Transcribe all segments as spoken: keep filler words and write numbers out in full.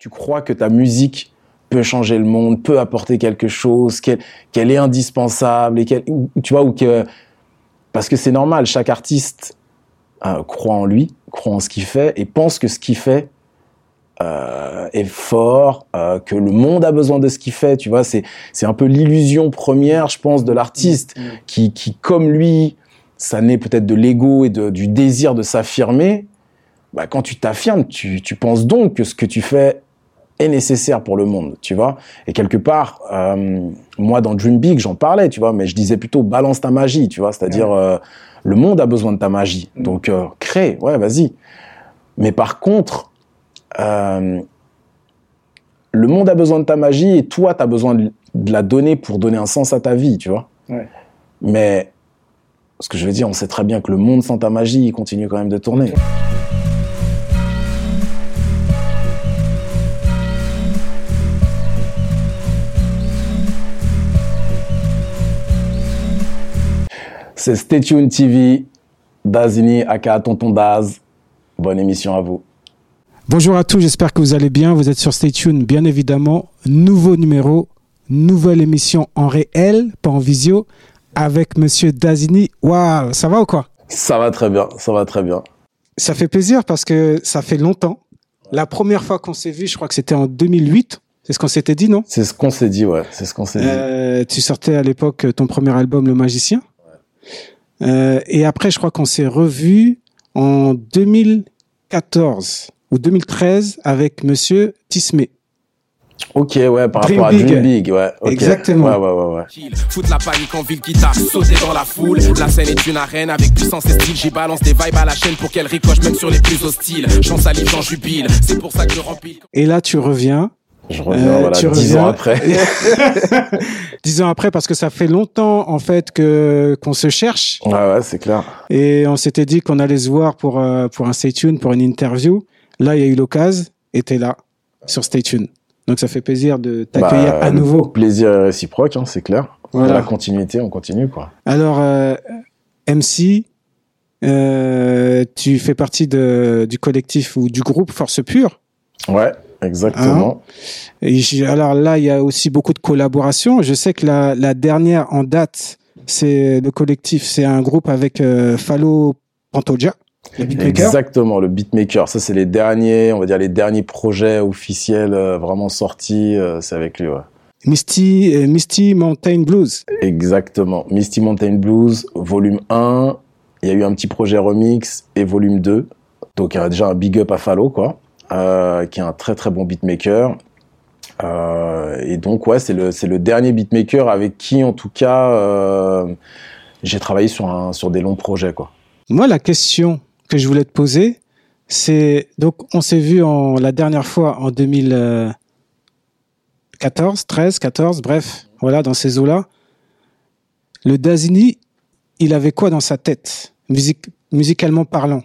tu crois que ta musique peut changer le monde, peut apporter quelque chose, qu'elle, qu'elle est indispensable, et qu'elle, tu vois, ou que, parce que c'est normal, chaque artiste euh, croit en lui, croit en ce qu'il fait, et pense que ce qu'il fait euh, est fort, euh, que le monde a besoin de ce qu'il fait, tu vois, c'est, c'est un peu l'illusion première, je pense, de l'artiste, mmh. qui, qui, comme lui, ça naît peut-être de l'ego et de, du désir de s'affirmer. Bah, quand tu t'affirmes, tu, tu penses donc que ce que tu fais est nécessaire pour le monde, tu vois. Et quelque part, euh, moi, dans Dream Big, j'en parlais, tu vois, mais je disais plutôt balance ta magie, tu vois, c'est-à-dire euh, le monde a besoin de ta magie, donc euh, crée, ouais, vas-y. Mais par contre, euh, le monde a besoin de ta magie et toi, tu as besoin de, de la donner pour donner un sens à ta vie, tu vois. Ouais. Mais ce que je veux dire, on sait très bien que le monde sans ta magie, il continue quand même de tourner. Okay. C'est Stay Tuned T V, Dazini, aka Tonton Daz. Bonne émission à vous. Bonjour à tous, j'espère que vous allez bien. Vous êtes sur Stay Tuned, bien évidemment. Nouveau numéro, nouvelle émission en réel, pas en visio, avec Monsieur Dazini. Waouh, ça va ou quoi? Ça va très bien, ça va très bien. Ça fait plaisir parce que ça fait longtemps. La première fois qu'on s'est vu, je crois que c'était en deux mille huit. C'est ce qu'on s'était dit, non? C'est ce qu'on s'est dit, ouais. C'est ce qu'on s'est euh, dit. Tu sortais à l'époque ton premier album, Le Magicien. Euh, et après, je crois qu'on s'est revus en deux mille quatorze ou deux mille treize avec Monsieur Tismé. Ok, ouais, par Dream rapport Big. à Dream Big, ouais. Okay. Exactement. Ouais, ouais, ouais, ouais. Foutre la panique en ville qui t'a sauté dans la foule. La scène est une arène avec puissance et style. J'y balance des vibes à la chaîne pour qu'elle ricoche même sur les plus hostiles. J'en salive, j'en jubile. C'est pour ça que je remplis. Et là, tu reviens. Je reviens, euh, voilà, dix ans après. Dix ans après, parce que ça fait longtemps, en fait, que, qu'on se cherche. Ouais, ouais, c'est clair. Et on s'était dit qu'on allait se voir pour, euh, pour un Stay Tuned, pour une interview. Là, il y a eu l'occasion, et t'es là, sur Stay Tuned. Donc, ça fait plaisir de t'accueillir bah, à nouveau. Plaisir est réciproque, hein, c'est clair. Voilà. La continuité, on continue, quoi. Alors, euh, M C, euh, tu fais partie de, du collectif ou du groupe Force Pure. Ouais. Exactement. Hein et j', alors là, il y a aussi beaucoup de collaborations. Je sais que la, la dernière en date, c'est le collectif, c'est un groupe avec euh, Fallo Pantoja, le beatmaker. Exactement, le beatmaker. Ça, c'est les derniers, on va dire les derniers projets officiels euh, vraiment sortis. Euh, c'est avec lui, ouais. Misty, euh, Misty Mountain Blues. Exactement. Misty Mountain Blues, volume un. Il y a eu un petit projet remix et volume deux. Donc, il y a déjà un big up à Fallo, quoi. Euh, qui est un très très bon beatmaker euh, et donc ouais c'est le c'est le dernier beatmaker avec qui en tout cas euh, j'ai travaillé sur un sur des longs projets quoi. Moi la question que je voulais te poser c'est donc on s'est vu en la dernière fois en deux mille quatorze, treize, quatorze bref voilà dans ces eaux-là. Le Dazini il avait quoi dans sa tête musique musicalement parlant?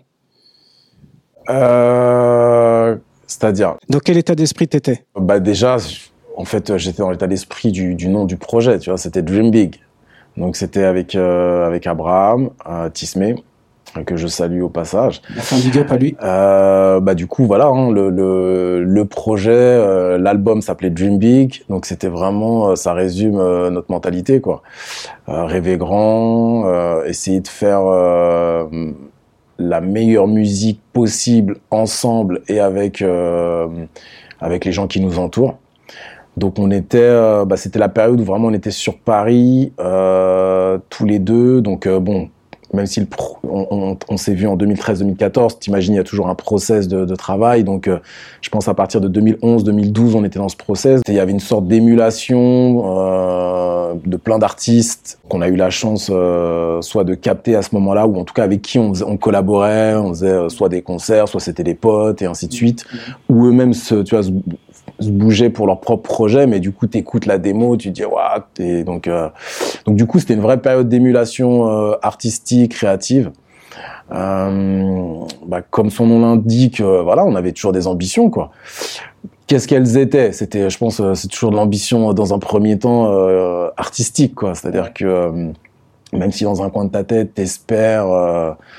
Euh, c'est-à-dire. Dans quel état d'esprit t'étais? Bah déjà, en fait, j'étais dans l'état d'esprit du, du nom du projet, tu vois, c'était Dream Big. Donc c'était avec euh, avec Abraham, euh, Tismé, que je salue au passage. Un big up à lui. Euh, bah du coup voilà, hein, le le le projet, euh, l'album s'appelait Dream Big, donc c'était vraiment, ça résume euh, notre mentalité quoi. Euh, rêver grand, euh, essayer de faire euh, la meilleure musique possible ensemble et avec euh, avec les gens qui nous entourent. Donc on était, euh, bah, c'était la période où vraiment on était sur Paris euh, tous les deux. Donc euh, bon, même si le pro, on, on, on s'est vu en deux mille treize deux mille quatorze, t'imagines il y a toujours un process de, de travail. Donc euh, je pense à partir de deux mille onze deux mille douze on était dans ce process. Il y avait une sorte d'émulation euh, de plein d'artistes qu'on a eu la chance euh, soit de capter à ce moment-là, ou en tout cas avec qui on, on collaborait, on faisait euh, soit des concerts, soit c'était des potes et ainsi de suite, ou eux-mêmes se, tu vois, se, se bougeaient pour leur propre projet, mais du coup t'écoutes la démo, tu te dis waouh, et donc euh, donc du coup c'était une vraie période d'émulation euh, artistique, créative. Euh, bah, comme son nom l'indique, euh, voilà, on avait toujours des ambitions quoi. Qu'est-ce qu'elles étaient? C'était, je pense, euh, c'est toujours de l'ambition euh, dans un premier temps euh, artistique quoi. C'est-à-dire que euh, même si dans un coin de ta tête t'espères euh,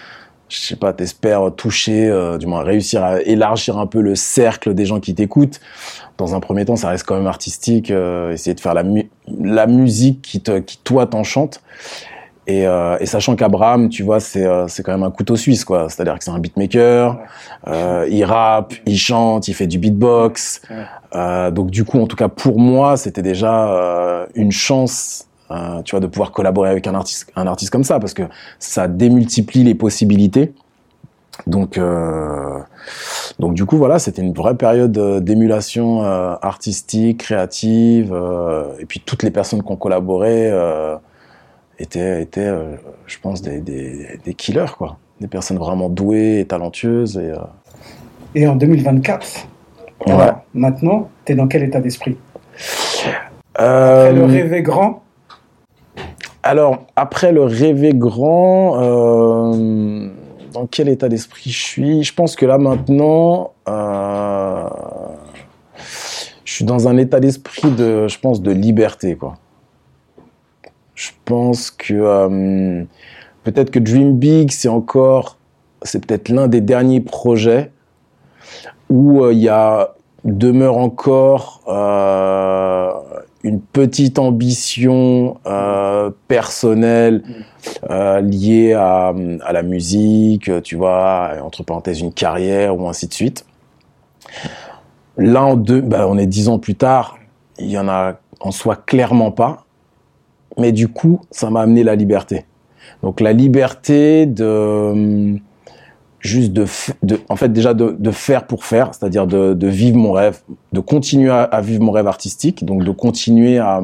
je sais pas, t'espères toucher, euh, du moins réussir à élargir un peu le cercle des gens qui t'écoutent. Dans un premier temps, ça reste quand même artistique, euh, essayer de faire la, mu- la musique qui, te, qui toi t'enchante. Et, euh, et sachant qu'Abraham, tu vois, c'est, euh, c'est quand même un couteau suisse, quoi. C'est-à-dire que c'est un beatmaker, euh, il rappe, il chante, il fait du beatbox. Euh, donc du coup, en tout cas pour moi, c'était déjà euh, une chance, euh, tu vois, de pouvoir collaborer avec un artiste, un artiste comme ça, parce que ça démultiplie les possibilités. Donc, euh, donc du coup, voilà, c'était une vraie période d'émulation euh, artistique, créative, euh, et puis toutes les personnes qui ont collaboré euh, étaient, étaient euh, je pense, des, des, des killers, quoi. Des personnes vraiment douées et talentueuses. Et, euh... et en deux mille vingt-quatre, ouais. alors, maintenant, t'es dans quel état d'esprit? euh... Après le rêver grand. Alors, après le rêver grand... Euh... Dans quel état d'esprit je suis? Je pense que là, maintenant, euh, je suis dans un état d'esprit de, je pense, de liberté, quoi. Je pense que euh, peut-être que Dream Big, c'est encore, c'est peut-être l'un des derniers projets où il euh, y a demeure encore euh, une petite ambition euh, personnelle euh, liée à, à la musique, tu vois, entre parenthèses une carrière ou ainsi de suite. Là, en deux, bah, on est dix ans plus tard, il y en a en soi clairement pas, mais du coup, ça m'a amené la liberté. Donc la liberté de juste de, de en fait déjà de, de faire pour faire, c'est-à-dire de, de vivre mon rêve, de continuer à, à vivre mon rêve artistique, donc de continuer à,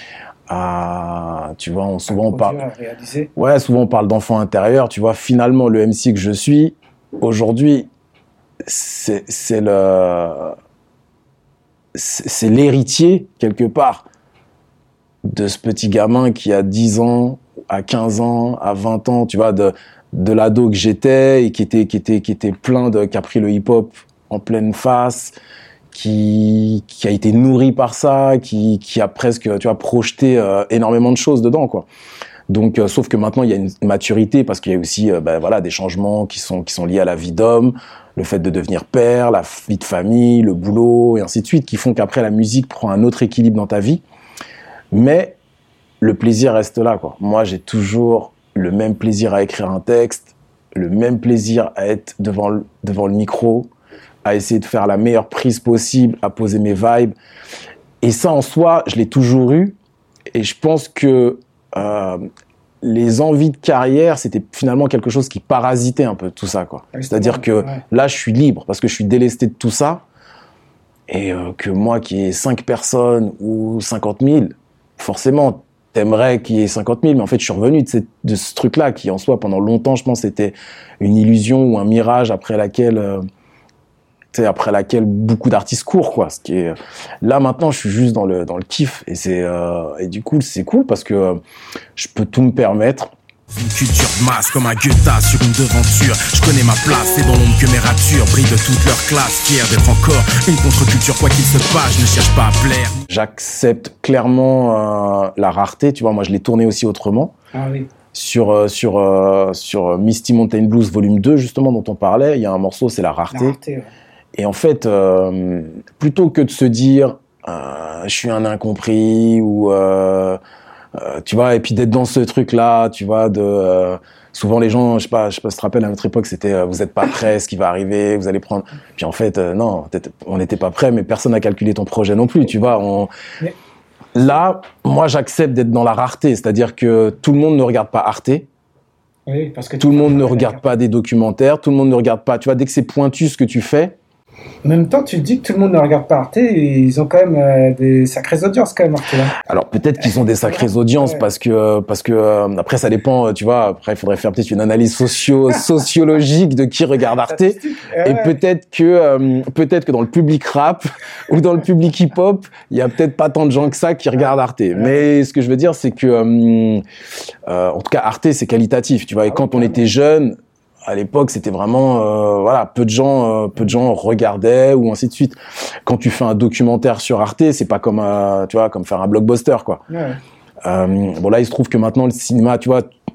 à tu vois, on, souvent on parle, ouais, souvent on parle d'enfant intérieur, tu vois, finalement le M C que je suis aujourd'hui, c'est, c'est le, c'est, c'est l'héritier quelque part de ce petit gamin qui a dix ans, à quinze ans, à vingt ans, tu vois, de de l'ado que j'étais et qui était qui était qui était plein de qui a pris le hip-hop en pleine face, qui qui a été nourri par ça, qui qui a presque, tu vois, projeté euh, énormément de choses dedans, quoi. Donc euh, sauf que maintenant il y a une maturité parce qu'il y a aussi euh, ben voilà des changements qui sont qui sont liés à la vie d'homme, le fait de devenir père, la vie de famille, le boulot et ainsi de suite, qui font qu'après la musique prend un autre équilibre dans ta vie. Mais le plaisir reste là, quoi. Moi, j'ai toujours le même plaisir à écrire un texte, le même plaisir à être devant le, devant le micro, à essayer de faire la meilleure prise possible, à poser mes vibes. Et ça, en soi, je l'ai toujours eu. Et je pense que euh, les envies de carrière, c'était finalement quelque chose qui parasitait un peu tout ça, quoi. C'est-à-dire que ouais. Là, je suis libre parce que je suis délesté de tout ça. Et euh, que moi, qui ai cinq personnes ou cinquante mille, forcément, t'aimerais qu'il y ait cinquante mille, mais en fait, je suis revenu de, cette, de ce truc-là qui, en soi, pendant longtemps, je pense, c'était une illusion ou un mirage après laquelle, euh, tu sais, après laquelle beaucoup d'artistes courent, quoi. Ce qui est là maintenant, je suis juste dans le dans le kiff et c'est euh, et du coup, c'est cool parce que euh, je peux tout me permettre. Une culture de masse comme un Goethe sur une devanture. Je connais ma place, c'est dans l'ombre que mes ratures brillent de toute leur classe. Fier d'être encore une contre-culture, quoi qu'il se passe, je ne cherche pas à plaire. J'accepte clairement euh, la rareté, tu vois, moi je l'ai tourné aussi autrement. Ah oui. Sur, euh, sur, euh, sur Misty Mountain Blues volume deux, justement, dont on parlait, il y a un morceau, c'est la rareté. La rareté ouais. Et en fait, euh, plutôt que de se dire, euh, je suis un incompris ou... Euh, Euh, tu vois, et puis d'être dans ce truc-là, tu vois, de euh, souvent les gens, je sais pas, je sais pas si tu te rappelles à notre époque, c'était euh, vous êtes pas prêt, ce qui va arriver, vous allez prendre. Puis en fait, euh, non, on n'était pas prêt, mais personne n'a calculé ton projet non plus, tu vois. On... Là, moi, j'accepte d'être dans la rareté, c'est-à-dire que tout le monde ne regarde pas Arte. Oui, parce que tout le monde ne regarde pas des documentaires, tout le monde ne regarde pas. Tu vois, dès que c'est pointu ce que tu fais. En même temps, tu te dis que tout le monde ne regarde pas Arte, et ils ont quand même euh, des sacrées audiences quand même, Arte. Là. Alors peut-être qu'ils ont des sacrées audiences ouais. parce que parce que euh, après ça dépend, tu vois. Après il faudrait faire peut-être une analyse socio sociologique de qui regarde Arte ouais. Et peut-être que euh, peut-être que dans le public rap ou dans le public hip-hop, il y a peut-être pas tant de gens que ça qui regardent Arte. Ouais. Mais ce que je veux dire, c'est que euh, euh, en tout cas Arte c'est qualitatif, tu vois. Et ah, quand oui, on était jeune. À l'époque, c'était vraiment, euh, voilà, peu de gens, euh, peu de gens regardaient ou ainsi de suite. Quand tu fais un documentaire sur Arte, c'est pas comme, euh, tu vois, comme faire un blockbuster, quoi. Ouais. Euh, bon là, il se trouve que maintenant le cinéma, tu vois,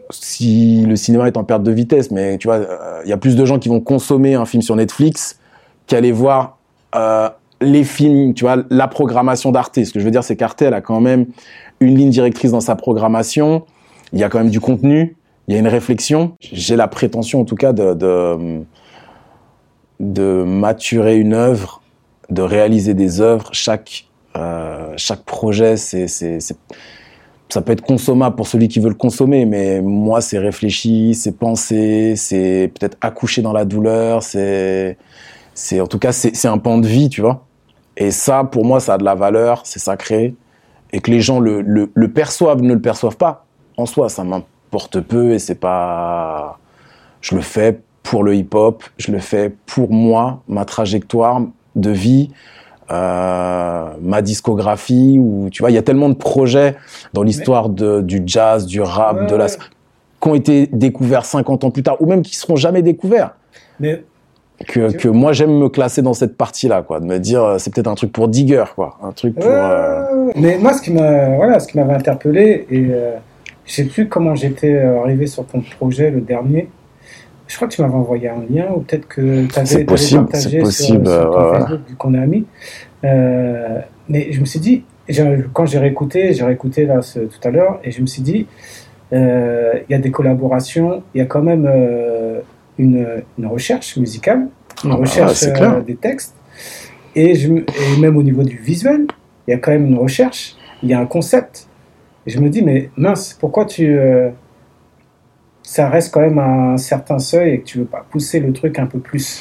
si le cinéma est en perte de vitesse, mais tu vois, il euh, y a plus de gens qui vont consommer un film sur Netflix qu'aller voir euh, les films, tu vois, la programmation d'Arte. Ce que je veux dire, c'est qu'Arte, elle a quand même une ligne directrice dans sa programmation. Il y a quand même du contenu, il y a une réflexion. J'ai la prétention, en tout cas, de, de, de maturer une œuvre, de réaliser des œuvres. Chaque, euh, chaque projet, c'est, c'est, c'est, ça peut être consommable pour celui qui veut le consommer, mais moi, c'est réfléchi, c'est pensé, c'est peut-être accouché dans la douleur, c'est, c'est, en tout cas, c'est, c'est un pan de vie, tu vois. Et ça, pour moi, ça a de la valeur, c'est sacré. Et que les gens le, le, le perçoivent, ne le perçoivent pas, en soi, ça m'importe peu et c'est pas... Je le fais pour le hip-hop, je le fais pour moi, ma trajectoire de vie, euh, ma discographie, où, tu vois, il y a tellement de projets dans l'histoire de, du jazz, du rap, ouais, de la... Ouais. qui ont été découverts cinquante ans plus tard, ou même qui seront jamais découverts. Mais... Que, que moi j'aime me classer dans cette partie-là, quoi, de me dire c'est peut-être un truc pour digger, quoi, un truc pour. Euh... Mais moi, ce qui m'a, voilà, ce qui m'avait interpellé, et euh, je sais plus comment j'étais arrivé sur ton projet le dernier. Je crois que tu m'avais envoyé un lien, ou peut-être que tu avais partagé c'est possible, sur, sur ton euh, Facebook vu qu'on est amis. Euh, mais je me suis dit, quand j'ai réécouté, j'ai réécouté là ce, tout à l'heure, et je me suis dit, il euh, y a des collaborations, il y a quand même. Euh, Une, une recherche musicale, une ah recherche bah, euh, des textes, et, je, et même au niveau du visuel, il y a quand même une recherche, il y a un concept. Et je me dis, mais mince, pourquoi tu, euh, ça reste quand même à un certain seuil et que tu veux pas pousser le truc un peu plus?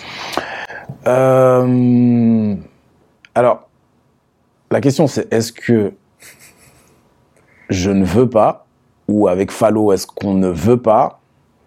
euh, Alors, la question c'est, est-ce que je ne veux pas, ou avec Fallo, est-ce qu'on ne veut pas,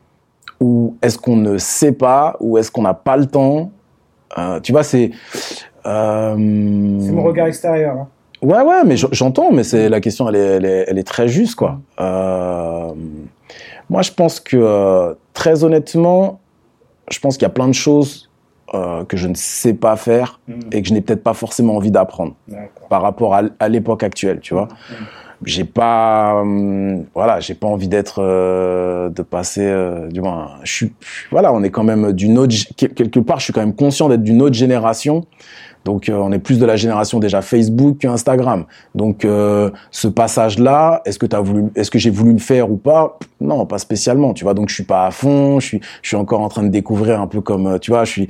ou est-ce qu'on ne sait pas, ou est-ce qu'on n'a pas le temps, euh, tu vois, c'est... Euh... C'est mon regard extérieur. Hein. Ouais, ouais, mais j'entends, mais c'est, la question, elle est, elle est, elle est très juste, quoi. Euh... Moi, je pense que, euh, très honnêtement, je pense qu'il y a plein de choses euh, que je ne sais pas faire mmh. et que je n'ai peut-être pas forcément envie d'apprendre. D'accord. Par rapport à, à l'époque actuelle, tu vois. Mmh. J'ai pas, euh, voilà, j'ai pas envie d'être, euh, de passer, euh, du moins, je suis, voilà, on est quand même d'une autre, quelque part, je suis quand même conscient d'être d'une autre génération. Donc, euh, on est plus de la génération déjà Facebook qu'Instagram. Donc, euh, ce passage-là, est-ce que t'as voulu, est-ce que j'ai voulu le faire ou pas? Non, pas spécialement, tu vois. Donc, je suis pas à fond, je suis, je suis encore en train de découvrir un peu comme, tu vois, je suis,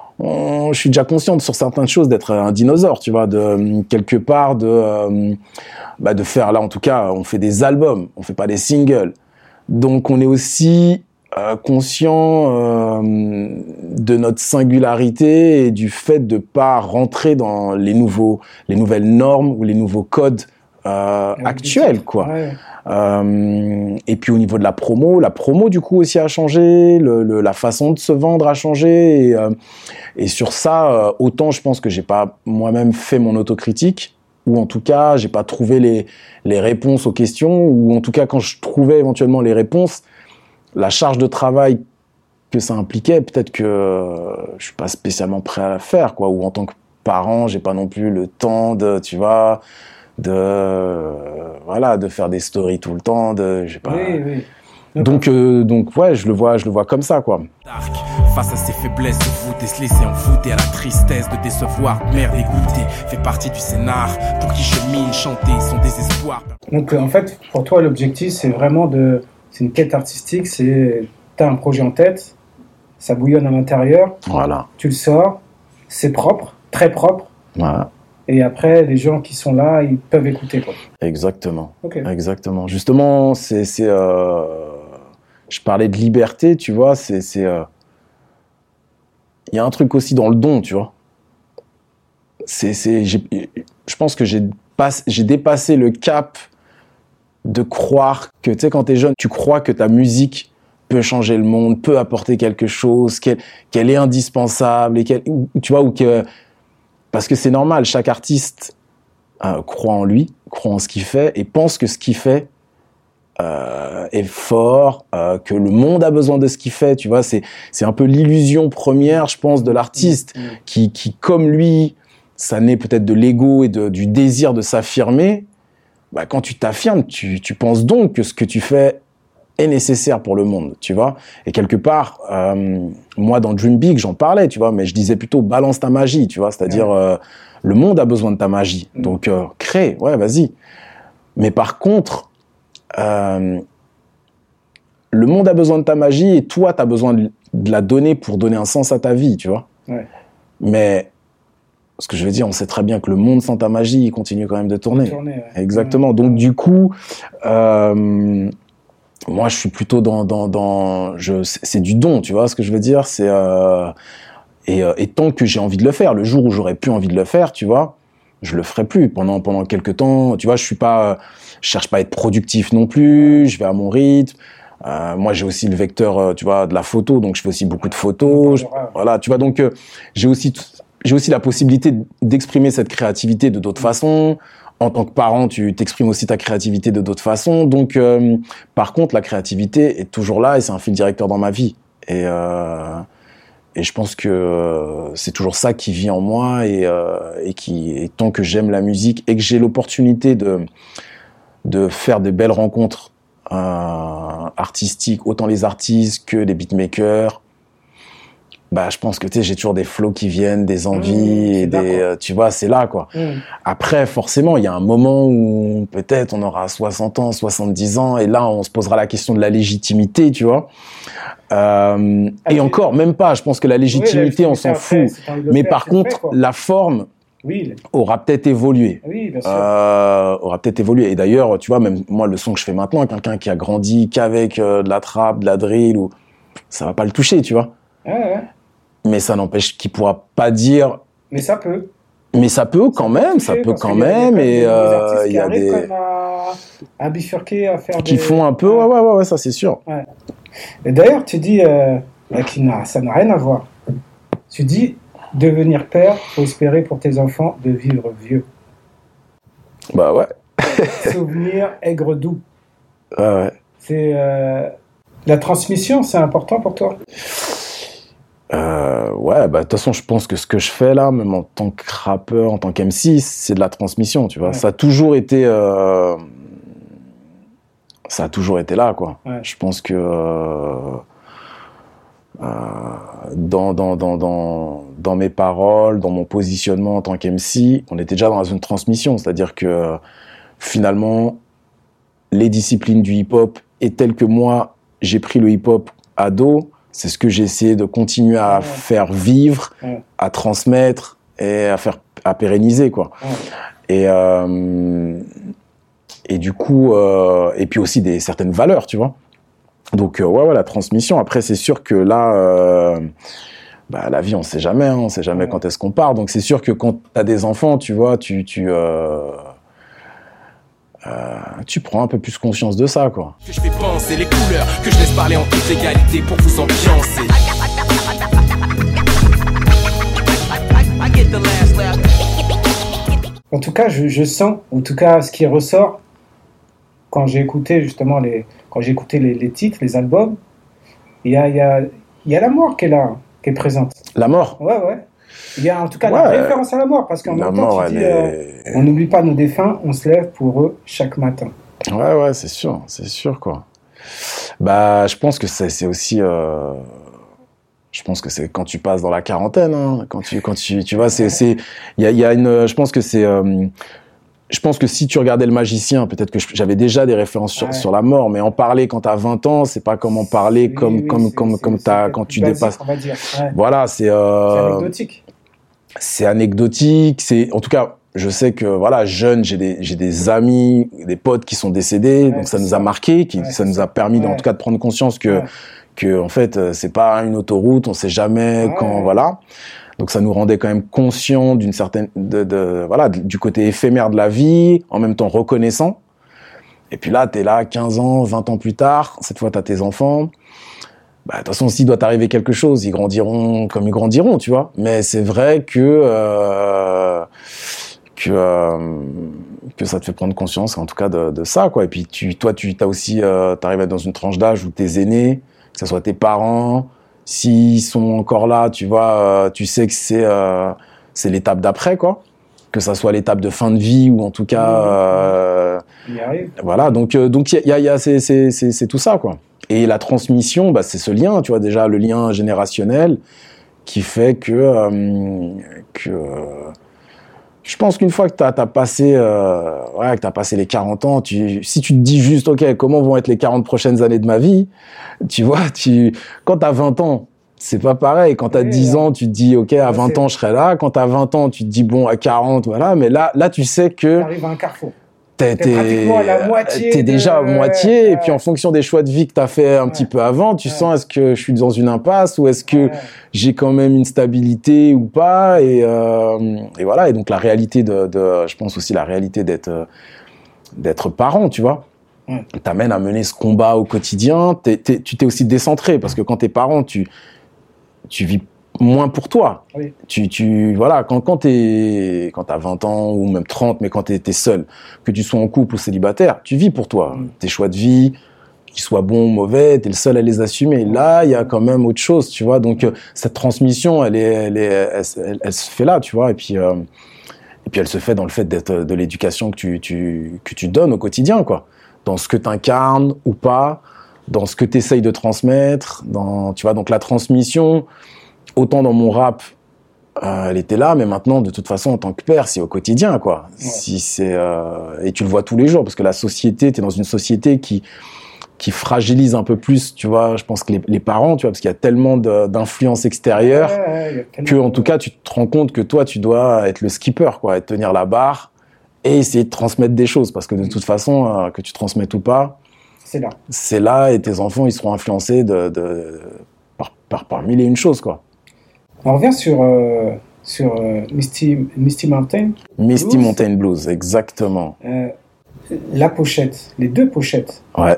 je suis déjà consciente sur certaines choses d'être un dinosaure, tu vois, de quelque part de euh, bah de faire là en tout cas, on fait des albums, on fait pas des singles, donc on est aussi euh, conscient euh, de notre singularité et du fait de pas rentrer dans les nouveaux, les nouvelles normes ou les nouveaux codes euh, actuels, quoi. Ouais. Euh, et puis au niveau de la promo, la promo du coup aussi a changé, le, le, la façon de se vendre a changé, et, euh, et sur ça, euh, autant je pense que j'ai pas moi-même fait mon autocritique, ou en tout cas j'ai pas trouvé les, les réponses aux questions, ou en tout cas quand je trouvais éventuellement les réponses, la charge de travail que ça impliquait, peut-être que euh, je suis pas spécialement prêt à la faire, quoi, ou en tant que parent, j'ai pas non plus le temps de, tu vois, de euh, voilà, de faire des stories tout le temps, de je sais pas. Oui, oui. Donc euh, donc ouais, je le vois, je le vois comme ça, quoi. Dark, face à ses faiblesses, vous se laisser envoûter à la tristesse de décevoir, mère dégoûtée, fait partie du scénar pour qui chemine, chanter son désespoir. Donc euh, en fait, pour toi, l'objectif, c'est vraiment de, c'est une quête artistique, c'est t'as un projet en tête, ça bouillonne à l'intérieur, voilà. Tu le sors, c'est propre, très propre. Voilà. Et après, les gens qui sont là, ils peuvent écouter, quoi. Exactement. Okay. Exactement. Justement, c'est, c'est, euh... je parlais de liberté, tu vois, c'est, c'est, euh... il y a un truc aussi dans le don, tu vois. C'est, c'est, j'ai... je pense que j'ai, pas... j'ai dépassé le cap de croire que, tu sais, quand t'es jeune, tu crois que ta musique peut changer le monde, peut apporter quelque chose, qu'elle, qu'elle est indispensable, et qu'elle, tu vois, ou que, parce que c'est normal, chaque artiste euh, croit en lui, croit en ce qu'il fait, et pense que ce qu'il fait euh, est fort, euh, que le monde a besoin de ce qu'il fait, tu vois, c'est, c'est un peu l'illusion première, je pense, de l'artiste, mmh. qui, qui, comme lui, ça naît peut-être de l'ego et de, du désir de s'affirmer. Bah, quand tu t'affirmes, tu, tu penses donc que ce que tu fais est nécessaire pour le monde, tu vois. Et quelque part, euh, moi dans Dream Big, j'en parlais, tu vois, mais je disais plutôt balance ta magie, tu vois, c'est-à-dire euh, le monde a besoin de ta magie, mmh. donc euh, crée, ouais, vas-y. Mais par contre, euh, le monde a besoin de ta magie et toi, tu as besoin de, de la donner pour donner un sens à ta vie, tu vois. Ouais. Mais ce que je veux dire, on sait très bien que le monde sans ta magie, il continue quand même de tourner. tourner ouais. Exactement. Ouais. Donc du coup, euh, moi, je suis plutôt dans, dans, dans, je, c'est du don, tu vois ce que je veux dire. C'est euh, et, et tant que j'ai envie de le faire, le jour où j'aurais plus envie de le faire, tu vois, je le ferai plus pendant pendant quelques temps. Tu vois, je suis pas, je cherche pas à être productif non plus. Je vais à mon rythme. Euh, moi, j'ai aussi le vecteur, tu vois, de la photo, donc je fais aussi beaucoup de photos. Je, voilà, tu vois, donc euh, j'ai aussi j'ai aussi la possibilité d'exprimer cette créativité de d'autres façons. En tant que parent, tu t'exprimes aussi ta créativité de d'autres façons. Donc, euh, par contre, la créativité est toujours là et c'est un fil directeur dans ma vie. Et, euh, et je pense que euh, c'est toujours ça qui vit en moi et, euh, et qui, et tant que j'aime la musique et que j'ai l'opportunité de de faire des belles rencontres euh, artistiques, autant les artistes que les beatmakers. Bah, je pense que, tu sais, j'ai toujours des flows qui viennent, des envies, mmh, et des, euh, tu vois, c'est là, quoi. Mmh. Après, forcément, il y a un moment où, peut-être, on aura soixante ans, soixante-dix ans, et là, on se posera la question de la légitimité, tu vois. Euh, ah, et encore, même pas, je pense que la légitimité, oui, on s'en fout. Mais faire, par contre, fait, la forme oui. aura peut-être évolué. Oui, bien sûr. Euh, aura peut-être évolué. Et d'ailleurs, tu vois, même moi, le son que je fais maintenant, quelqu'un qui a grandi qu'avec euh, de la trap, de la drill, ou, ça va pas le toucher, tu vois. Ouais, ouais. Mais ça n'empêche qu'il pourra pas dire. Mais ça peut. Mais ça peut quand ça même, peut toucher, ça peut quand même. Et euh, il y a des. Comme à, à bifurquer, à faire qui des. font un peu, ouais, ouais, ouais, ouais ça c'est sûr. Ouais. Et d'ailleurs, tu dis, euh, ça n'a rien à voir. Tu dis, devenir père, faut espérer pour tes enfants de vivre vieux. Bah ouais. Souvenir aigre doux. Ouais, ouais. C'est euh, la transmission, c'est important pour toi. Euh, ouais, bah de toute façon, je pense que ce que je fais là, même en tant que rappeur, en tant qu'M C, c'est de la transmission, tu vois. Ouais. Ça a toujours été, euh, ça a toujours été là, quoi. Ouais. Je pense que euh, euh, dans dans dans dans dans mes paroles, dans mon positionnement en tant qu'M C, on était déjà dans une transmission, c'est-à-dire que finalement, les disciplines du hip-hop et telles que moi, j'ai pris le hip-hop ado. C'est ce que j'ai essayé de continuer à ouais. faire vivre, ouais. à transmettre et à faire à pérenniser, quoi. Ouais. Et euh, et du coup euh, et puis aussi des certaines valeurs, tu vois. Donc euh, ouais ouais la transmission. Après c'est sûr que là euh, bah la vie on sait jamais, hein, on sait jamais ouais. quand est-ce qu'on part. Donc c'est sûr que quand t'as des enfants, tu vois, tu tu euh, Euh, tu prends un peu plus conscience de ça, quoi. Que je fais penser les couleurs, que je laisse parler en toute égalité pour vous ambiancer. En tout cas, je, je sens, en tout cas, ce qui ressort quand j'ai écouté justement les, quand j'ai écouté les, les titres, les albums, il y a, il y a, il y a la mort qui est là, qui est présente. La mort. Ouais, ouais. Il y a en tout cas ouais, la référence à la mort, parce qu'en même temps, mort, tu dis, est... euh, on n'oublie pas nos défunts, on se lève pour eux chaque matin. Ouais, ouais, c'est sûr, c'est sûr, quoi. Bah, je pense que c'est, c'est aussi, euh... je pense que c'est quand tu passes dans la quarantaine, hein, quand tu, quand tu, tu vois, c'est, c'est, il y a, il y a une, je pense que c'est, euh... je pense que si tu regardais Le Magicien, peut-être que j'avais déjà des références sur, ouais. sur la mort, mais en parler quand t'as vingt ans, c'est pas comme en parler oui, comme, oui, comme, c'est, comme, c'est, comme c'est, t'as, c'est quand tu basique, dépasses. On va dire. Ouais. Voilà, c'est, euh... c'est anecdotique. C'est anecdotique, c'est, en tout cas, je sais que, voilà, jeune, j'ai des, j'ai des amis, des potes qui sont décédés, ouais, donc ça nous ça. a marqué, qui, ouais, ça nous a permis, ouais. en tout cas, de prendre conscience que, ouais. que, en fait, c'est pas une autoroute, on sait jamais ouais. quand, voilà. Donc ça nous rendait quand même conscients d'une certaine, de, de, voilà, du côté éphémère de la vie, en même temps reconnaissant. Et puis là, t'es là, quinze ans, vingt ans plus tard, cette fois t'as tes enfants. Bah, de toute façon, s'il doit t'arriver quelque chose, ils grandiront comme ils grandiront, tu vois. Mais c'est vrai que, euh, que, euh, que ça te fait prendre conscience, en tout cas, de, de ça, quoi. Et puis, tu, toi, tu, t'as aussi, euh, t'arrives à être dans une tranche d'âge où tes aînés, que ce soit tes parents, s'ils sont encore là, tu vois, euh, tu sais que c'est, euh, c'est l'étape d'après, quoi. Que ça soit l'étape de fin de vie ou en tout cas, euh, il y arrive. Voilà. Donc, euh, donc, il y a, il y a, c'est, c'est, c'est, c'est tout ça, quoi. Et la transmission, bah, c'est ce lien, tu vois, déjà le lien générationnel qui fait que, euh, que euh, je pense qu'une fois que tu as passé, euh, ouais, que t'as passé les quarante ans, tu, si tu te dis juste, OK, comment vont être les quarante prochaines années de ma vie, tu vois, tu, quand tu as vingt ans, c'est pas pareil. Quand tu as oui, dix ans, tu te dis, OK, à vingt ans, je serai là. Quand tu as vingt ans, tu te dis, bon, à quarante, voilà. Mais là, là, tu sais que... Tu arrives à un carrefour. T'es, t'es, t'es pratiquement à la moitié. T'es déjà à de... moitié, ouais. Et puis en fonction des choix de vie que t'as fait un ouais. petit peu avant, tu ouais. sens est-ce que je suis dans une impasse ou est-ce que ouais. j'ai quand même une stabilité ou pas, et, euh, et voilà. Et donc la réalité de, de, je pense aussi la réalité d'être, d'être parent, tu vois, ouais. t'amène à mener ce combat au quotidien. T'es, t'es, tu t'es aussi décentré parce que quand t'es parent, tu, tu vis moins pour toi. Oui. Tu, tu, voilà, quand, quand t'es, quand t'as vingt ans ou même trente, mais quand t'es, t'es seul, que tu sois en couple ou célibataire, tu vis pour toi. Mm. Tes choix de vie, qu'ils soient bons ou mauvais, t'es le seul à les assumer. Là, il y a quand même autre chose, tu vois. Donc, euh, cette transmission, elle est, elle est, elle, elle, elle se fait là, tu vois. Et puis, euh, et puis, elle se fait dans le fait d'être de l'éducation que tu, tu, que tu donnes au quotidien, quoi. Dans ce que t'incarnes ou pas, dans ce que t'essayes de transmettre, dans, tu vois. Donc, la transmission, autant dans mon rap, euh, elle était là, mais maintenant, de toute façon, en tant que père, c'est au quotidien, quoi. Ouais. Si c'est euh, et tu le vois tous les jours, parce que la société, t'es dans une société qui qui fragilise un peu plus, tu vois. Je pense que les, les parents, tu vois, parce qu'il y a tellement de, d'influence extérieure ouais, ouais, que, en tout cas, tu te rends compte que toi, tu dois être le skipper, quoi, et tenir la barre et essayer de transmettre des choses, parce que de toute façon, euh, que tu transmettes ou pas, c'est là. C'est là, et tes enfants, ils seront influencés de, de par, par par mille et une choses, quoi. On revient sur, euh, sur euh, Misty, Misty Mountain Misty Blues. Mountain Blues, exactement. Euh, la pochette, les deux pochettes. Ouais.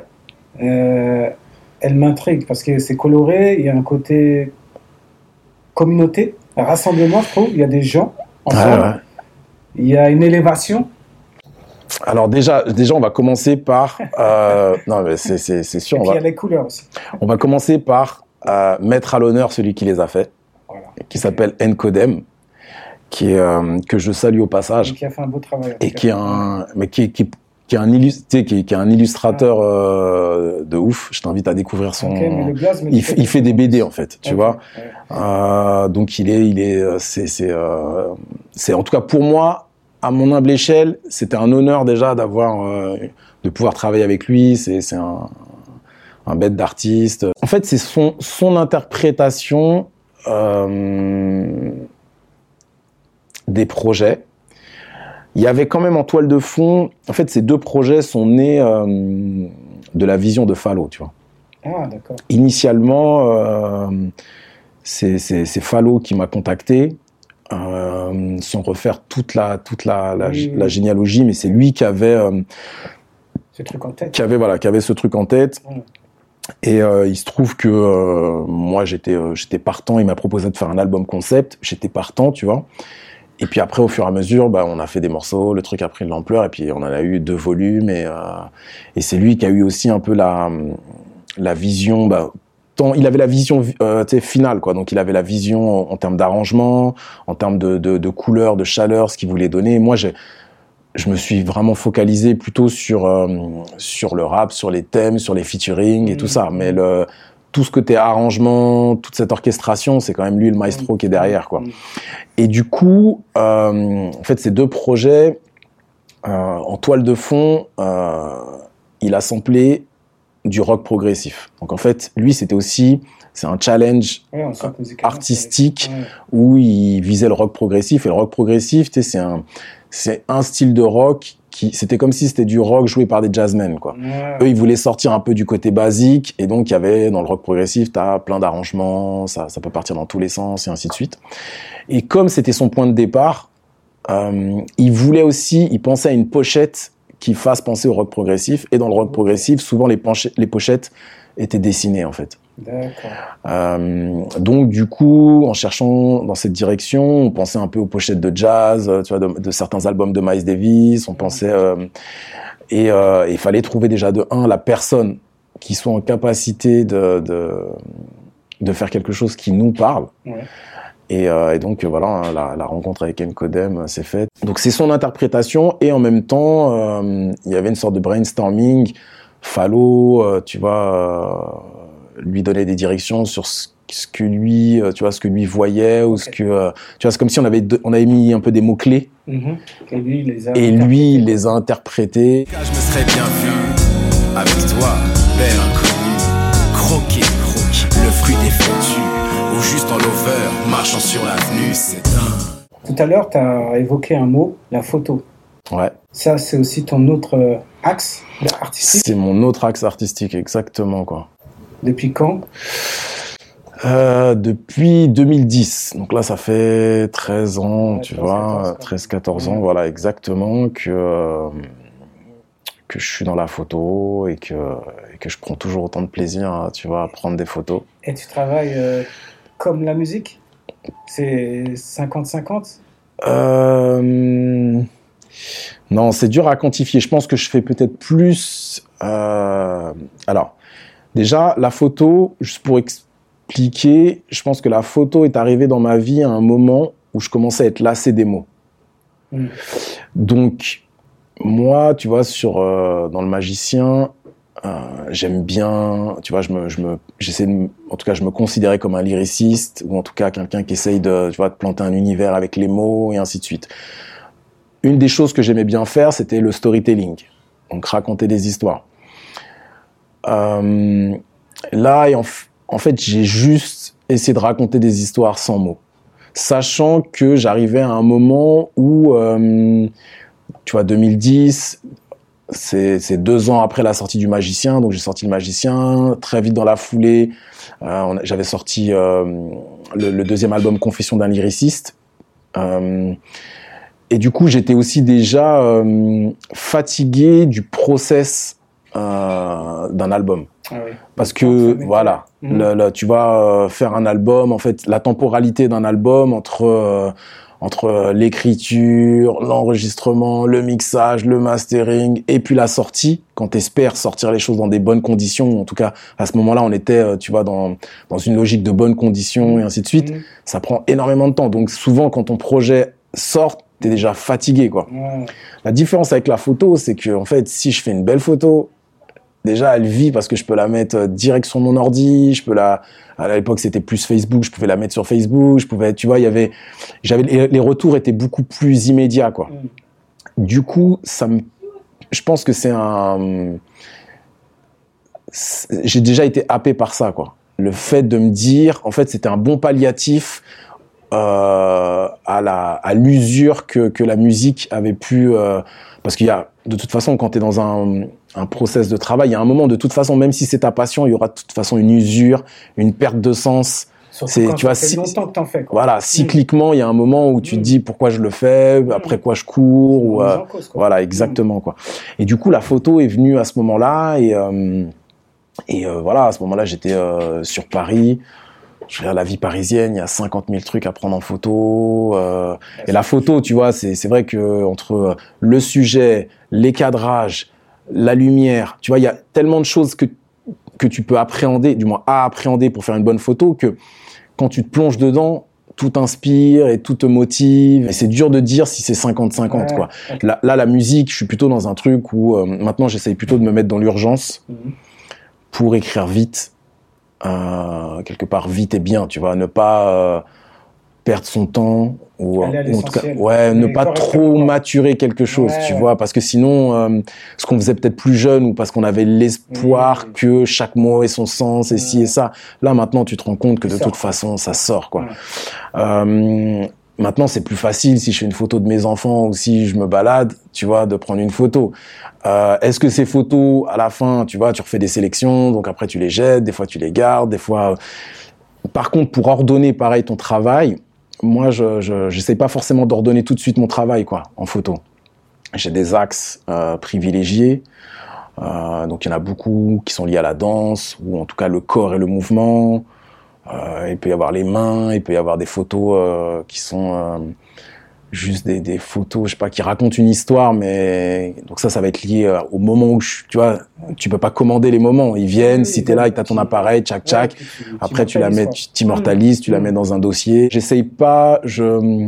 Euh, elles m'intriguent parce que c'est coloré, il y a un côté communauté, un rassemblement, je trouve. Il y a des gens ensemble. Ouais, ouais. Il y a une élévation. Alors déjà, déjà, on va commencer par... Euh, non, mais c'est, c'est, c'est sûr. Et on puis va, il y a les couleurs aussi. On va commencer par euh, mettre à l'honneur celui qui les a fait. Voilà. Qui s'appelle Encodem, qui est euh, que je salue au passage, et qui a fait un beau travail, et qui est un, mais qui qui qui est un illustré, qui, qui est un illustrateur ah. euh, de ouf. Je t'invite à découvrir son. Okay, mais le blaze, mais il, fait, il fait des B D en fait, tu okay. vois. Ouais. Euh, donc il est, il est, c'est, c'est, euh, c'est en tout cas pour moi, à mon humble échelle, c'était un honneur déjà d'avoir, euh, de pouvoir travailler avec lui. C'est, c'est un, un bête d'artiste. En fait, c'est son, son interprétation. Euh, des projets. Il y avait quand même en toile de fond, en fait, ces deux projets sont nés euh, de la vision de Fallo, tu vois. Ah, d'accord. Initialement, euh, c'est, c'est, c'est Fallo qui m'a contacté, euh, sans refaire toute la, toute la, la, oui, la généalogie, mais c'est lui qui avait, euh, ce truc en tête. Qui avait, voilà, qui avait ce truc en tête. Mmh. Et euh, il se trouve que euh, moi j'étais euh, j'étais partant. Il m'a proposé de faire un album concept. J'étais partant, tu vois. Et puis après, au fur et à mesure, bah on a fait des morceaux. Le truc a pris de l'ampleur. Et puis on en a eu deux volumes. Et euh, et c'est lui qui a eu aussi un peu la la vision. Bah, tant il avait la vision euh, tu sais, finale, quoi. Donc il avait la vision en, en termes d'arrangement, en termes de de, de couleur, de chaleur, ce qu'il voulait donner. Et moi j'ai je me suis vraiment focalisé plutôt sur euh, sur le rap, sur les thèmes, sur les featuring et mmh. tout ça. Mais le tout ce côté arrangement, toute cette orchestration, c'est quand même lui le maestro mmh. qui est derrière, quoi. Mmh. Et du coup, euh, en fait, ces deux projets euh, en toile de fond, euh, il a samplé du rock progressif. Donc en fait, lui, c'était aussi c'est un challenge ouais, artistique ouais. où il visait le rock progressif. Et le rock progressif, tu sais, c'est un c'est un style de rock qui, c'était comme si c'était du rock joué par des jazzmen, quoi. Ouais. Eux, ils voulaient sortir un peu du côté basique, et donc il y avait, dans le rock progressif, t'as plein d'arrangements, ça, ça peut partir dans tous les sens, et ainsi de suite. Et comme c'était son point de départ, euh, il voulait aussi, il pensait à une pochette qui fasse penser au rock progressif, et dans le rock progressif, souvent les, penche- les pochettes étaient dessinées, en fait. D'accord. Euh, donc du coup, en cherchant dans cette direction, on pensait un peu aux pochettes de jazz, tu vois, de, de certains albums de Miles Davis. On pensait euh, et il euh, fallait trouver déjà de un la personne qui soit en capacité de de, de faire quelque chose qui nous parle. Ouais. Et, euh, et donc voilà, la, la rencontre avec Encodem s'est faite. Donc c'est son interprétation et en même temps, euh, il y avait une sorte de brainstorming fallo, euh, tu vois, euh, lui donner des directions sur ce, ce que lui, euh, tu vois, ce que lui voyait ou okay. ce que, euh, tu vois, c'est comme si on avait, de, on avait mis un peu des mots clés. Mm-hmm. Et lui, il les a et lui, il les a interprétés. Je me serais bien vu avec toi, belle inconnue, croquer, croquer, le fruit défendu, ou juste en lover, marchant sur l'avenue, c'est dingue. Tout à l'heure, tu as évoqué un mot, la photo. Ouais. Ça, c'est aussi ton autre axe artistique. C'est mon autre axe artistique, exactement, quoi. Depuis quand ? Euh, depuis deux mille dix. Donc là, ça fait treize ans, ouais, tu vois, treize quatorze ans, voilà, exactement, que, euh, que je suis dans la photo et que, et que je prends toujours autant de plaisir, hein, tu vois, à prendre des photos. Et tu travailles euh, comme la musique ? C'est cinquante cinquante ? euh, Non, c'est dur à quantifier. Je pense que je fais peut-être plus... Euh, alors, déjà, la photo, juste pour expliquer, je pense que la photo est arrivée dans ma vie à un moment où je commençais à être lassé des mots. Mm. Donc, moi, tu vois, sur, euh, dans Le Magicien... Euh, j'aime bien, tu vois, je me, je me, j'essaie de, en tout cas, je me considérais comme un lyriciste ou en tout cas quelqu'un qui essaye de, tu vois, de planter un univers avec les mots et ainsi de suite. Une des choses que j'aimais bien faire, c'était le storytelling, donc raconter des histoires. Euh, là, et en, en fait, j'ai juste essayé de raconter des histoires sans mots, sachant que j'arrivais à un moment où, euh, tu vois, deux mille dix. C'est, c'est deux ans après la sortie du Magicien, donc j'ai sorti le Magicien. Très vite dans la foulée, euh, on, j'avais sorti euh, le, le deuxième album Confession d'un lyriciste. Euh, et du coup, j'étais aussi déjà euh, fatigué du process euh, d'un album. Ah oui. Parce que, voilà, mmh. le, le, tu vas euh, faire un album, en fait, la temporalité d'un album entre... Euh, entre l'écriture, l'enregistrement, le mixage, le mastering, et puis la sortie, quand t'espères sortir les choses dans des bonnes conditions, en tout cas, à ce moment-là, on était, tu vois, dans, dans une logique de bonnes conditions, et ainsi de suite, mmh. ça prend énormément de temps. Donc, souvent, quand ton projet sort, t'es déjà fatigué, quoi. Mmh. La différence avec la photo, c'est que, en fait, si je fais une belle photo, déjà, elle vit parce que je peux la mettre direct sur mon ordi, je peux la, à l'époque, c'était plus Facebook, je pouvais la mettre sur Facebook, je pouvais, tu vois, il y avait, j'avais, les retours étaient beaucoup plus immédiats, quoi. Mm. Du coup, ça me, je pense que c'est un, c'est, j'ai déjà été happé par ça, quoi. Le fait de me dire, en fait, c'était un bon palliatif, euh, à la, à l'usure que, que la musique avait pu, euh, parce qu'il y a, de toute façon, quand t'es dans un, un process de travail, il y a un moment, de toute façon, même si c'est ta passion, il y aura de toute façon une usure, une perte de sens. Surtout c'est, quand tu vois, ça fait longtemps que t'en fais, quoi. Voilà, cycliquement, il y a un moment où tu mmh. te dis pourquoi je le fais, mmh. après quoi je cours, ou, euh, cause, quoi. Voilà, exactement, mmh. quoi. Et du coup, la photo est venue à ce moment-là, et, euh, et euh, voilà, à ce moment-là, j'étais euh, sur Paris. Je regarde la vie parisienne, il y a cinquante mille trucs à prendre en photo. Euh, et la photo, tu vois, c'est, c'est vrai que entre le sujet, les cadrages, la lumière, tu vois, il y a tellement de choses que que tu peux appréhender, du moins à appréhender pour faire une bonne photo, que quand tu te plonges dedans, tout inspire et tout te motive. Et c'est dur de dire si c'est cinquante cinquante, ouais, quoi. Okay. Là, là, la musique, je suis plutôt dans un truc où euh, maintenant, j'essaye plutôt de me mettre dans l'urgence mmh. pour écrire vite. Euh, quelque part vite et bien, tu vois, ne pas euh, perdre son temps ou, ou en tout cas, ouais, ne pas trop maturer quelque chose, ouais, tu ouais. vois, parce que sinon, euh, ce qu'on faisait peut-être plus jeune ou parce qu'on avait l'espoir mmh. que chaque mot ait son sens et mmh. ci et ça, là maintenant tu te rends compte que de toute façon ça sort, quoi. Mmh. Euh, Maintenant, c'est plus facile si je fais une photo de mes enfants ou si je me balade, tu vois, de prendre une photo. Euh, est-ce que ces photos, à la fin, tu vois, tu refais des sélections, donc après tu les jettes, des fois tu les gardes, des fois... Par contre, pour ordonner, pareil, ton travail, moi, je, je j'essaie pas forcément d'ordonner tout de suite mon travail, quoi, en photo. J'ai des axes euh, privilégiés. Euh, donc, il y en a beaucoup qui sont liés à la danse, ou en tout cas le corps et le mouvement. Euh, il peut y avoir les mains, il peut y avoir des photos euh, qui sont euh, juste des, des photos, je sais pas, qui racontent une histoire, mais donc ça, ça va être lié euh, au moment où je, tu vois, tu peux pas commander les moments, ils viennent, oui, si t'es là et que t'as ton appareil, tchac tchac, ouais, tu, après tu la mets, tu t'immortalises, tu mmh. la mets dans un dossier. J'essaye pas, je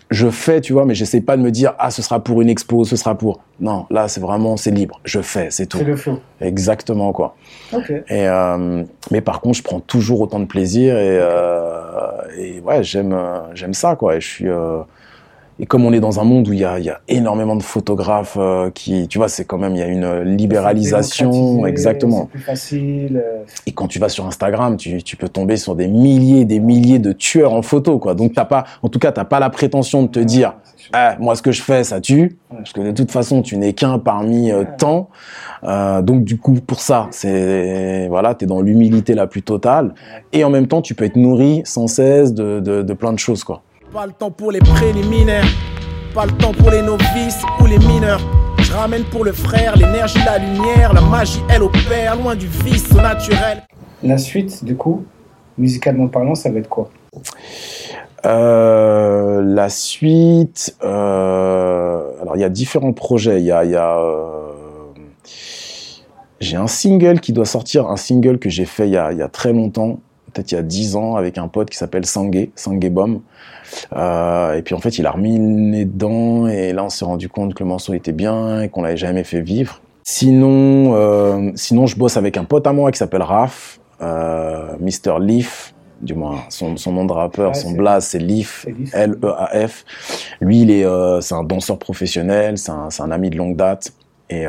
je fais, tu vois, mais j'essaie pas de me dire, ah, ce sera pour une expo, ce sera pour... Non, là, c'est vraiment, c'est libre. Je fais, c'est tout. C'est le flow. Exactement, quoi. Ok. Et, euh, mais par contre, je prends toujours autant de plaisir et, euh, et ouais, j'aime, euh, j'aime ça, quoi. Et je suis... Euh, et comme on est dans un monde où il y a, il y a énormément de photographes euh, qui, tu vois, c'est quand même, il y a une libéralisation, exactement. C'est plus facile. Euh... Et quand tu vas sur Instagram, tu, tu peux tomber sur des milliers, des milliers de tueurs en photo, quoi. Donc t'as pas, en tout cas, t'as pas la prétention de te dire, ah, moi ce que je fais, ça tue, ouais. Parce que de toute façon, tu n'es qu'un parmi euh, ouais. tant. Euh, donc du coup, pour ça, c'est voilà, t'es dans l'humilité la plus totale, ouais. Et en même temps, tu peux être nourri sans cesse de, de, de plein de choses, quoi. Pas le temps pour les préliminaires, pas le temps pour les novices ou les mineurs. Je ramène pour le frère l'énergie, la lumière, la magie, elle opère, loin du vice au naturel. La suite, du coup, musicalement parlant, ça va être quoi? euh, La suite, euh, alors il y a différents projets. Il y a, il y a euh, j'ai un single qui doit sortir, un single que j'ai fait il y a, il y a très longtemps, peut-être il y a dix ans, avec un pote qui s'appelle Sangue, Sangue Bomb. Euh, et puis en fait, il a remis le nez dedans, et là, on s'est rendu compte que le morceau était bien et qu'on l'avait jamais fait vivre. Sinon, euh, sinon, je bosse avec un pote à moi qui s'appelle Raph, euh, mister Leaf, du moins son, son nom de rappeur, ouais, son blaze, c'est Leaf, L E A F. Lui, il est, euh, c'est un danseur professionnel, c'est un, c'est un ami de longue date, et euh,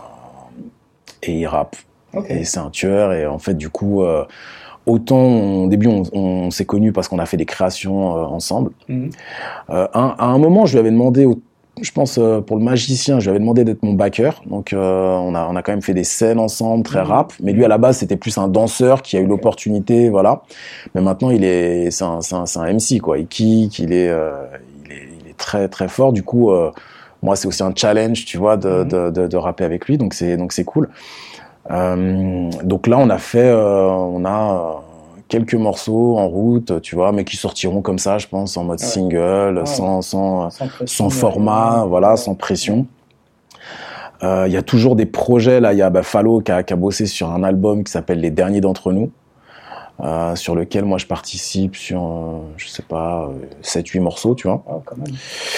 et il rappe. Okay. Et c'est un tueur, et en fait, du coup. Euh, Autant au début on, on s'est connus parce qu'on a fait des créations euh, ensemble. Mmh. Euh, à, à un moment, je lui avais demandé, au, je pense euh, pour le magicien, je lui avais demandé d'être mon backer. Donc euh, on a on a quand même fait des scènes ensemble, très mmh. rap. Mais lui à la base c'était plus un danseur qui a eu okay. l'opportunité, voilà. Mais maintenant il est c'est un c'est un, c'est un M C quoi. Il kick, il est euh, il est il est très très fort. Du coup euh, moi c'est aussi un challenge, tu vois, de mmh. de, de de rapper avec lui. Donc c'est donc c'est cool. Euh, donc là, on a fait, euh, on a euh, quelques morceaux en route, tu vois, mais qui sortiront comme ça, je pense, en mode ouais. single, ouais. sans sans sans, pression, sans format, ouais. voilà, ouais. sans pression. Il euh, y a toujours des projets là. Il y a bah, Fallo qui a, qui a bossé sur un album qui s'appelle Les Derniers d'entre nous, euh, sur lequel moi je participe sur, euh, je sais pas, sept huit morceaux, tu vois. Oh, quand même.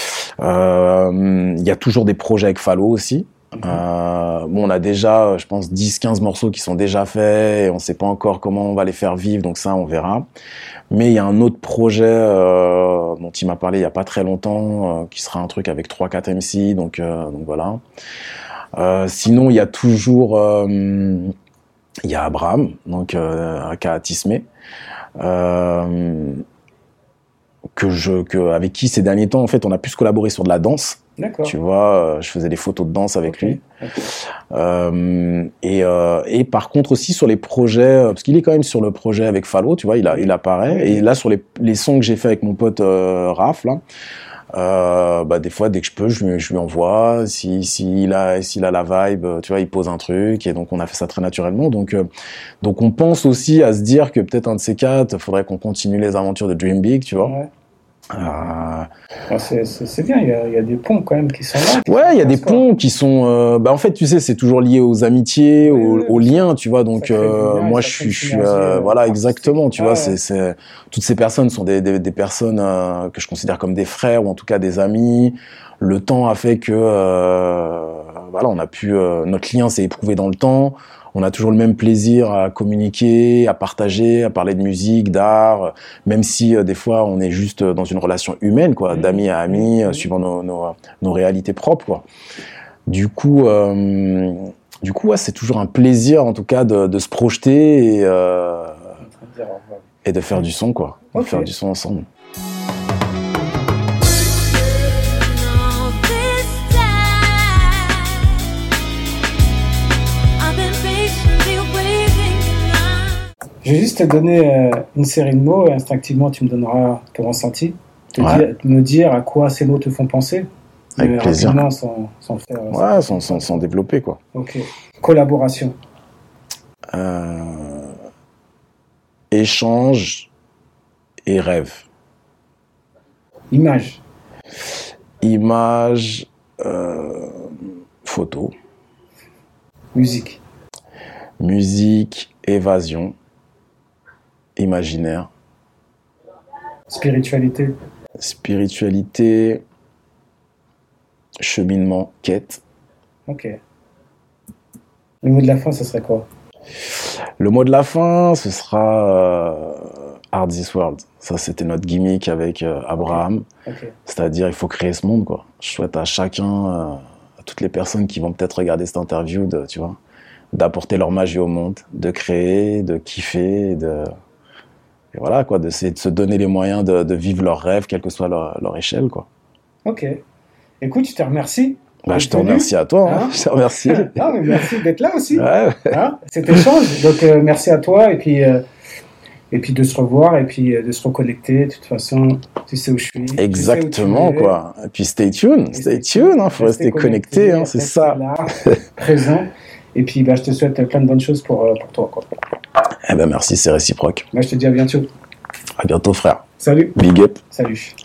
Euh, il y a toujours des projets avec Fallo aussi. Euh, bon, on a déjà, je pense, dix quinze morceaux qui sont déjà faits et on sait pas encore comment on va les faire vivre, donc ça, on verra. Mais il y a un autre projet euh, dont il m'a parlé il y a pas très longtemps, euh, qui sera un truc avec trois quatre M C, donc, euh, donc voilà. Euh, sinon, il y a toujours, euh, il y a Abraham, donc euh, aka Tismé, euh, que je, que avec qui ces derniers temps, en fait, on a pu se collaborer sur de la danse. D'accord. Tu vois, je faisais des photos de danse avec okay. lui. Okay. Euh, et, euh, et par contre aussi sur les projets, parce qu'il est quand même sur le projet avec Fallo, tu vois, il, a, il apparaît. Oui. Et là, sur les, les sons que j'ai fait avec mon pote euh, Raph, là, euh, bah, des fois, dès que je peux, je lui, je lui envoie. Si, si il a, s'il a la vibe, tu vois, il pose un truc. Et donc, on a fait ça très naturellement. Donc, euh, donc on pense aussi à se dire que peut-être un de ces quatre, faudrait qu'on continue les aventures de Dream Big, tu vois. Ouais. Euh... C'est, c'est, c'est bien, il y, a, il y a des ponts quand même qui sont là. Qui ouais, il y a des quoi. ponts qui sont. Euh, bah en fait, tu sais, c'est toujours lié aux amitiés, oui, aux, oui, aux liens, tu vois. Donc euh, moi, je suis, je suis, euh, voilà, exactement. Tu ah, vois, ouais. c'est, c'est toutes ces personnes sont des, des, des personnes euh, que je considère comme des frères ou en tout cas des amis. Le temps a fait que, euh, voilà, on a pu, euh, notre lien s'est éprouvé dans le temps. On a toujours le même plaisir à communiquer, à partager, à parler de musique, d'art, même si euh, des fois on est juste dans une relation humaine, quoi, d'ami à ami, euh, suivant nos, nos, nos réalités propres, quoi. Du coup, euh, du coup, ouais, c'est toujours un plaisir, en tout cas, de, de se projeter et, euh, et de faire du son, quoi, okay. de faire du son ensemble. Je vais juste te donner euh, une série de mots et instinctivement tu me donneras ton ressenti, te ouais. dire, me dire à quoi ces mots te font penser. Avec euh, plaisir. Sans, sans faire. Ouais, sans, sans, sans développer quoi. Ok. Collaboration. Euh... Échange et rêve. Image. Image. Euh... Photo. Musique. Musique. Évasion. Imaginaire. Spiritualité. Spiritualité, cheminement, quête. Ok. Le mot de la fin, ce serait quoi? Le mot de la fin, ce sera euh, Art This World. Ça, c'était notre gimmick avec euh, Abraham. Ok. C'est-à-dire, il faut créer ce monde, quoi. Je souhaite à chacun, euh, à toutes les personnes qui vont peut-être regarder cette interview, de, tu vois, d'apporter leur magie au monde, de créer, de kiffer, de... Et voilà, quoi, d'essayer de se donner les moyens de, de vivre leurs rêves, quelle que soit leur, leur échelle, quoi. Ok. Écoute, je te remercie. Bah, je te remercie à toi, hein. Hein? Je te remercie. Non, mais merci d'être là aussi. Ouais. Hein, cet échange. Donc, euh, merci à toi. Et puis, euh, et puis de se revoir et puis euh, de se reconnecter. De toute façon, tu sais où je suis. Exactement, quoi. Et puis, stay tuned. Stay tuned, hein. Faut rester connecté, hein. C'est ça. Là, présent. Et puis, bah, je te souhaite plein de bonnes choses pour, euh, pour toi, quoi. Eh ben, merci, c'est réciproque. Moi, je te dis à bientôt. À bientôt, frère. Salut. Big up. Salut.